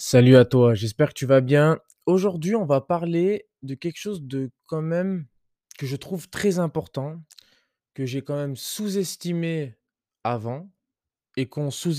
Salut à toi, j'espère que tu vas bien. Aujourd'hui, on va parler de quelque chose de quand même que je trouve très important, que j'ai quand même sous-estimé avant et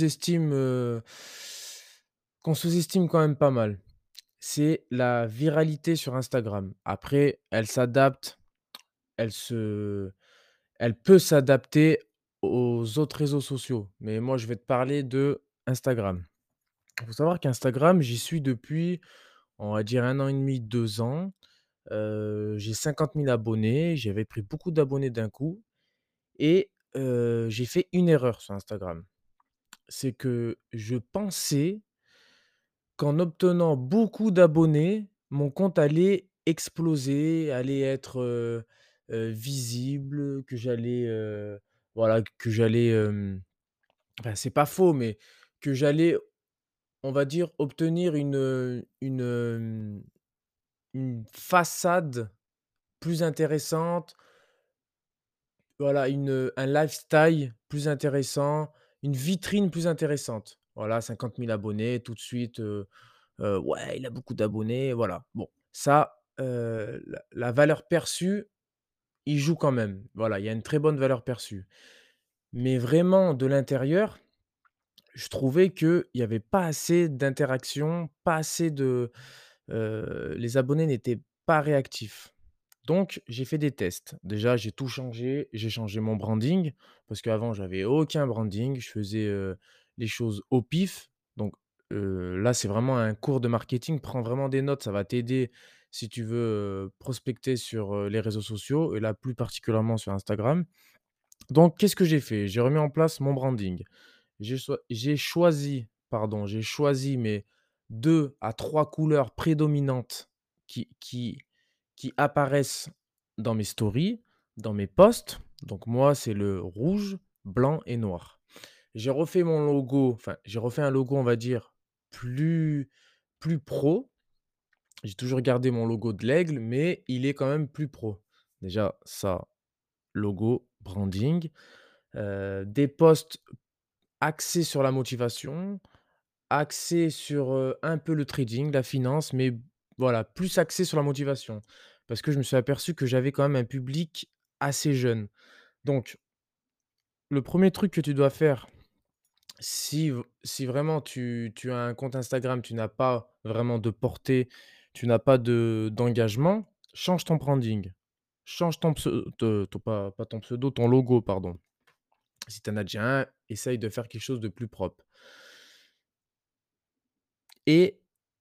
qu'on sous-estime quand même pas mal. C'est la viralité sur Instagram. Après, elle se, elle peut s'adapter aux autres réseaux sociaux. Mais moi, je vais te parler de Instagram. Il faut savoir qu'Instagram, j'y suis depuis, on va dire 1 an et demi, 2 ans. J'ai 50 000 abonnés, j'avais pris beaucoup d'abonnés d'un coup et j'ai fait une erreur sur Instagram. C'est que je pensais qu'en obtenant beaucoup d'abonnés, mon compte allait exploser, allait être, visible, que j'allais, voilà, que j'allais, enfin, c'est pas faux, mais que j'allais, on va dire, obtenir une façade plus intéressante. Voilà, un lifestyle plus intéressant, une vitrine plus intéressante. Voilà, 50 000 abonnés, tout de suite, ouais, il a beaucoup d'abonnés, voilà. Bon, ça, la valeur perçue, il joue quand même. Voilà, il y a une très bonne valeur perçue. Mais vraiment, de l'intérieur, je trouvais qu'il y avait pas assez d'interaction, pas assez de, les abonnés n'étaient pas réactifs. Donc j'ai fait des tests. Déjà, j'ai tout changé, j'ai changé mon branding parce qu'avant j'avais aucun branding, je faisais, les choses au pif. Donc, là, c'est vraiment un cours de marketing. Prends vraiment des notes, ça va t'aider si tu veux, prospecter sur, les réseaux sociaux et là, plus particulièrement sur Instagram. Donc qu'est-ce que j'ai fait? J'ai remis en place mon branding. J'ai choisi mes 2 à 3 couleurs prédominantes qui qui qui apparaissent dans mes stories, dans mes posts. Donc moi, c'est le rouge, blanc et noir. J'ai refait un logo, on va dire, plus plus pro. J'ai toujours gardé mon logo de l'aigle, mais il est quand même plus pro. Déjà ça, logo, branding, des posts axés sur la motivation, axé sur, un peu le trading, la finance, mais voilà, plus axé sur la motivation. Parce que je me suis aperçu que j'avais quand même un public assez jeune. Donc le premier truc que tu dois faire, si vraiment tu as un compte Instagram, tu n'as pas vraiment de portée, tu n'as pas d'engagement, change ton branding. Change ton pseu te ton pas ton pseudo, ton logo, pardon. Si tu en as déjà un, essaye de faire quelque chose de plus propre et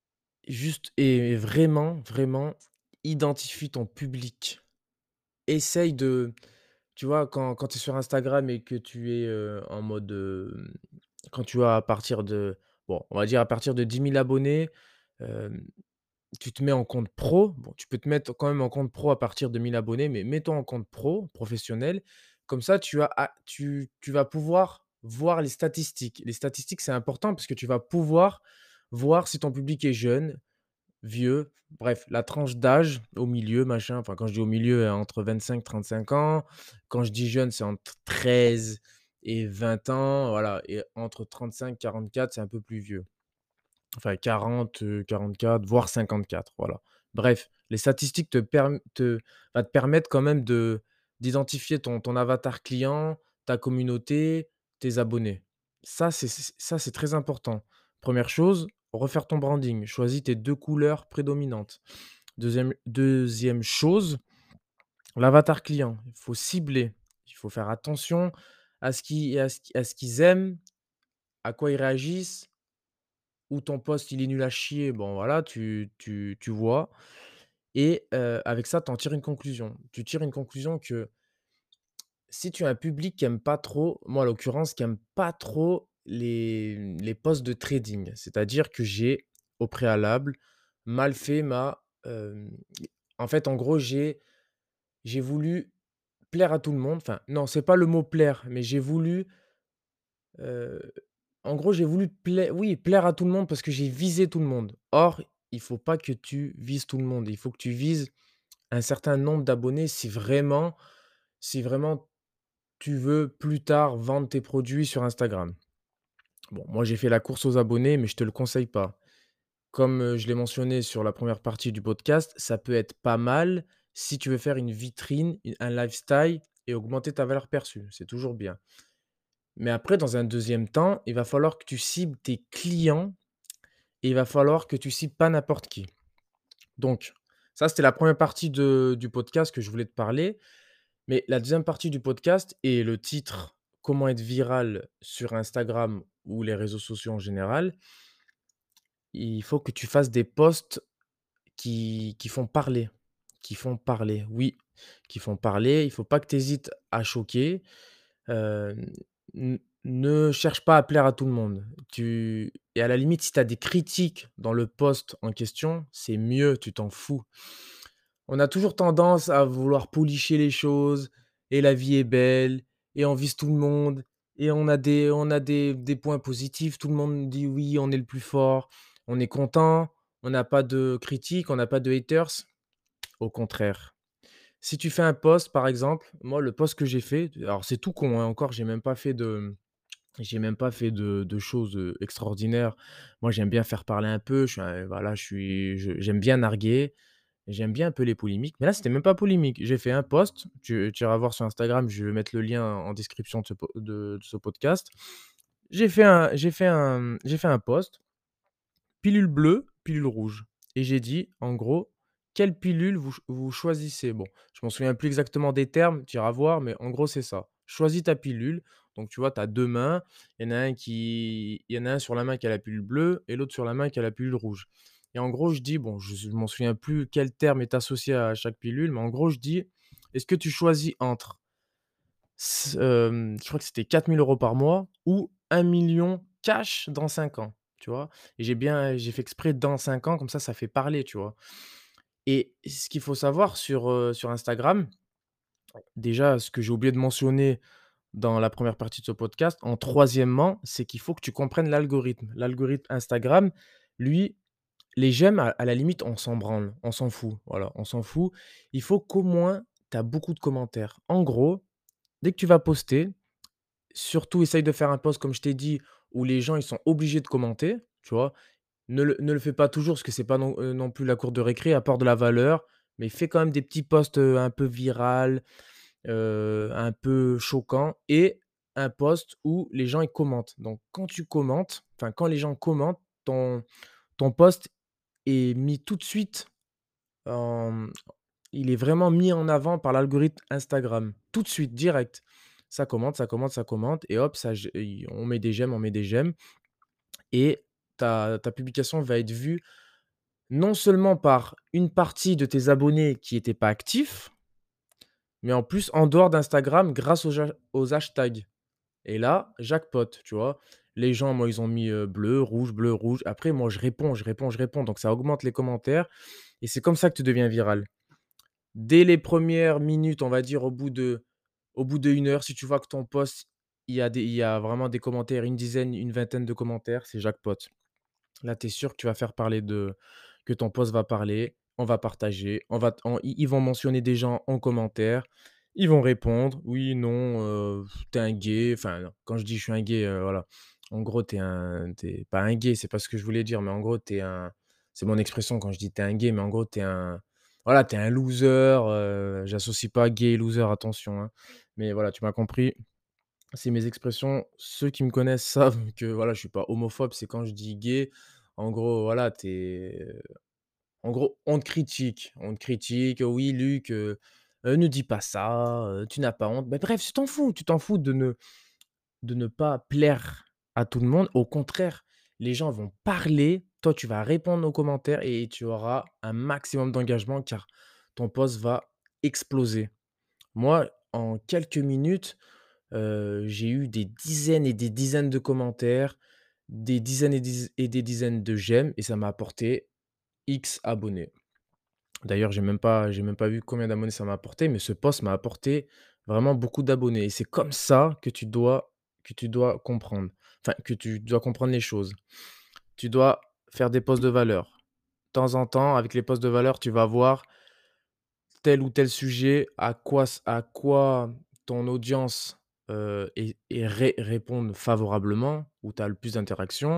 vraiment, vraiment, identifie ton public. Essaye de tu vois, quand tu es sur Instagram et que tu es, en mode, quand tu as à partir de bon, on va dire à partir de 10 000 abonnés, hem, tu te mets en compte pro. Bon, tu peux te mettre quand même en compte pro à partir de 1 000 abonnés, mais mets-toi en compte pro, professionnel. Comme ça, tu vas pouvoir voir les statistiques. Les statistiques, c'est important parce que tu vas pouvoir voir si ton public est jeune, vieux, bref, la tranche d'âge au milieu, machin, enfin, quand je dis au milieu, entre 25 35 ans. Quand je dis jeune, c'est entre 13 et 20 ans, voilà, et entre 35 44 c'est un peu plus vieux. Enfin 40, 44, voire 54, voilà. Bref, les statistiques va te permettre quand même d'identifier ton avatar client, ta communauté, tes abonnés. Ça, c'est très important. Première chose, refaire ton branding. Choisis tes 2 couleurs prédominantes. Deuxième chose, l'avatar client. Il faut cibler. Il faut faire attention à ce qu'ils aiment, à quoi ils réagissent, ou ton poste il est nul à chier, bon voilà, tu vois et avec ça, tu en tires une conclusion. Tu tires une conclusion que si tu as un public qui aime pas trop, moi en l'occurrence, qui aime pas trop les posts de trading, c'est-à-dire que j'ai, au préalable, mal fait en fait, en gros, j'ai voulu plaire à tout le monde. Enfin non, c'est pas le mot plaire, mais j'ai voulu, heu en gros, j'ai voulu plaire à tout le monde parce que j'ai visé tout le monde. Or, il faut pas que tu vises tout le monde. Il faut que tu vises un certain nombre d'abonnés si vraiment tu veux plus tard vendre tes produits sur Instagram. Bon, moi, j'ai fait la course aux abonnés, mais je te le conseille pas. comme, je l'ai mentionné sur la première partie du podcast, ça peut être pas mal si tu veux faire une vitrine, un lifestyle et augmenter ta valeur perçue, c'est toujours bien. Mais après, dans un deuxième temps, il va falloir que tu cibles tes clients et il va falloir que tu cibles pas n'importe qui. Donc ça, c'était la première partie du podcast que je voulais te parler. Mais la deuxième partie du podcast et le titre «Comment être viral sur Instagram ou les réseaux sociaux en général», il faut que tu fasses des posts qui font parler, qui font parler, oui, qui font parler. Il faut pas que tu hésites à choquer. Hem, ne cherche pas à plaire à tout le monde. Tu et à la limite, si tu as des critiques dans le post en question, c'est mieux, tu t'en fous. On a toujours tendance à vouloir policher les choses et la vie est belle et on vise tout le monde et on a des points positifs. Tout le monde dit: «Oui, on est le plus fort». On est content, on n'a pas de critiques, on n'a pas de haters. Au contraire, si tu fais un post, par exemple, moi, le post que j'ai fait, alors c'est tout con, hein, encore, j'ai même pas fait de choses, extraordinaires. Moi, j'aime bien faire parler un peu, je suis un voilà, j'aime bien narguer, j'aime bien un peu les polémiques, mais là, c'était même pas polémique. J'ai fait un post, tu iras voir sur Instagram, je vais mettre le lien en description de ce podcast. J'ai fait un post pilule bleue, pilule rouge et j'ai dit en gros: «Quelle pilule vous choisissez?» Bon, je m'en souviens plus exactement des termes, tu iras voir, mais en gros, c'est ça. Choisis ta pilule. Donc tu vois, tu as 2 mains, il y en a un sur la main qui a la pilule bleue et l'autre sur la main qui a la pilule rouge et en gros, je dis, bon, je m'en souviens plus quel terme est associé à chaque pilule, mais en gros, je dis: «Est-ce que tu choisis entre je crois que c'était 4 000 € par mois ou 1 million cash dans 5 ans, tu vois? Et j'ai fait exprès dans 5 ans, comme ça fait parler, tu vois? Et ce qu'il faut savoir sur Instagram, déjà, ce que j'ai oublié de mentionner dans la première partie de ce podcast, en troisièmement, c'est qu'il faut que tu comprennes l'algorithme. L'algorithme Instagram, lui, les j'aime, à la limite, on s'en branle, on s'en fout, voilà, on s'en fout. Il faut qu'au moins, tu as beaucoup de commentaires. En gros, dès que tu vas poster, surtout, essaye de faire un post, comme je t'ai dit, où les gens, ils sont obligés de commenter, tu vois? Ne le fais pas toujours parce que c'est pas non plus la cour de récré, apporte de la valeur, mais fais quand même des petits posts, un peu viral, un peu choquants et un post où les gens, ils commentent. Donc quand tu commentes, enfin, quand les gens commentent, ton post est mis tout de suite en il est vraiment mis en avant par l'algorithme Instagram. Tout de suite, direct. Ça commente, ça commente, ça commente et hop, ça gé i on met des j'aime et ta publication va être vue non seulement par une partie de tes abonnés qui étaient pas actifs, mais en plus en dehors d'Instagram grâce aux hashtags et là, jackpot, tu vois? Les gens, moi, ils ont mis, bleu, rouge, bleu, rouge. Après, moi, je réponds, je réponds, je réponds, donc ça augmente les commentaires et c'est comme ça que tu deviens viral. Dès les premières minutes, on va dire au bout d'1 heure, si tu vois que ton post, il y a vraiment des commentaires, une dizaine, une vingtaine de commentaires, c'est jackpot. Là, tu es sûr que tu vas faire parler que ton post va parler, on va partager, on va t on ils vont mentionner des gens en commentaire, ils vont répondre: «Oui, non, tu un gay», enfin, non, quand je dis: «Je suis un gay», voilà. En gros, t'es pas un gay, c'est pas ce que je voulais dire, mais en gros, t'es un c'est mon expression quand je dis: t'es un gay», mais en gros, t'es un voilà, t'es un loser, j'associe pas gay et loser, attention, hein. Mais voilà, tu m'as compris. C'est mes expressions. Ceux qui me connaissent savent que voilà, je suis pas homophobe. C'est quand je dis gay, en gros, voilà, en gros, on te critique: «Oui, Luc, ne dis pas ça, tu n'as pas honte». Mais bref, tu t'en fous de ne pas plaire à tout le monde. Au contraire, les gens vont parler, toi, tu vas répondre aux commentaires et tu auras un maximum d'engagement car ton post va exploser. Moi, en quelques minutes, j'ai eu des dizaines et des dizaines de commentaires, des dizaines et des dizaines de j'aime et ça m'a apporté X abonnés. D'ailleurs, j'ai même pas vu combien d'abonnés ça m'a apporté, mais ce post m'a apporté vraiment beaucoup d'abonnés et c'est comme ça que tu dois comprendre, enfin, que tu dois comprendre les choses. Tu dois faire des posts de valeur. De temps en temps, avec les posts de valeur, tu vas voir tel ou tel sujet, à quoi ton audience, et répondent favorablement, où tu as le plus d'interactions,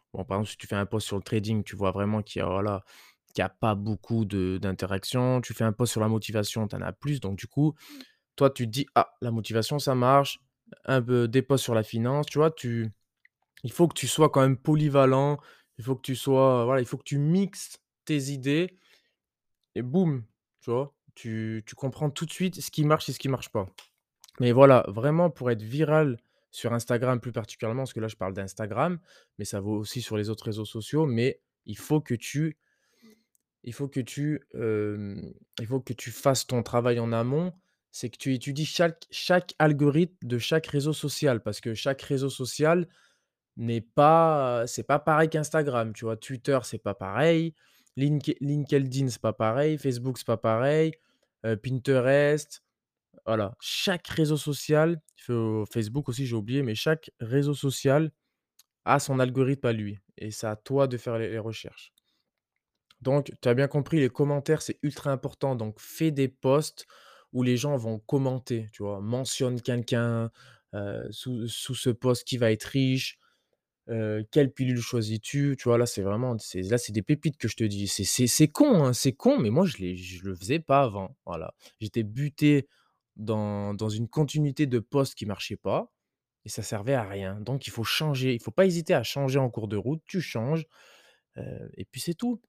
Bon, par exemple, si tu fais un post sur le trading, tu vois vraiment qu'il y a voilà, qu'il y a pas beaucoup d'interaction. Tu fais un post sur la motivation, tu en as plus. Donc du coup, toi, tu te dis: «Ah, la motivation, ça marche». Un peu des posts sur la finance, tu vois? Il faut que tu sois quand même polyvalent. Il faut que tu sois, voilà, il faut que tu mixes tes idées et boum, tu vois? Tu comprends tout de suite ce qui marche et ce qui marche pas. Mais voilà, vraiment pour être viral sur Instagram plus particulièrement, parce que là je parle d'Instagram, mais ça vaut aussi sur les autres réseaux sociaux, mais il faut que tu il faut que tu, il faut que tu fasses ton travail en amont. C'est que tu étudies chaque algorithme de chaque réseau social, parce que chaque réseau social n'est pas, c'est pas pareil qu'Instagram, tu vois? Twitter, c'est pas pareil, LinkedIn, c'est pas pareil, Facebook, c'est pas pareil, Pinterest, voilà. Chaque réseau social, Facebook aussi, j'ai oublié, mais chaque réseau social a son algorithme à lui et c'est à toi de faire les recherches. Donc tu as bien compris, les commentaires, c'est ultra important, donc fais des posts où les gens vont commenter, tu vois? Mentionne quelqu'un, sous ce post qui va être riche. Quelle pilule choisis-tu? Tu vois? Là, c'est vraiment c'est des pépites que je te dis. C'est con, hein, c'est con, mais moi, je le faisais pas avant, voilà. J'étais buté dans une continuité de postes qui marchait pas et ça servait à rien. Donc il faut changer, il faut pas hésiter à changer en cours de route. Tu changes, et puis c'est tout.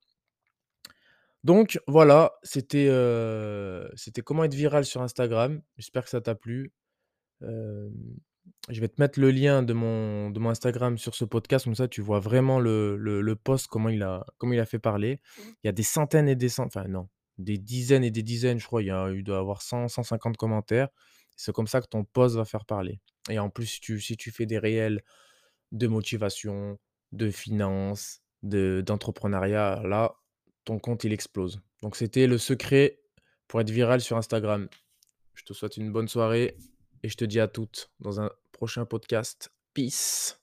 Donc voilà, c'était comment être viral sur Instagram. J'espère que ça t'a plu. Hem, je vais te mettre le lien de mon Instagram sur ce podcast, comme ça tu vois vraiment le post, comment il a fait parler. Il y a des centaines et des enfin non, des dizaines et des dizaines, je crois, il doit y avoir 100-150 commentaires. C'est comme ça que ton post va faire parler et en plus, si tu fais des réels de motivation, de finance, d'entrepreneuriat, là, ton compte, il explose. Donc c'était le secret pour être viral sur Instagram. Je te souhaite une bonne soirée et je te dis à toutes dans un prochain podcast. Peace.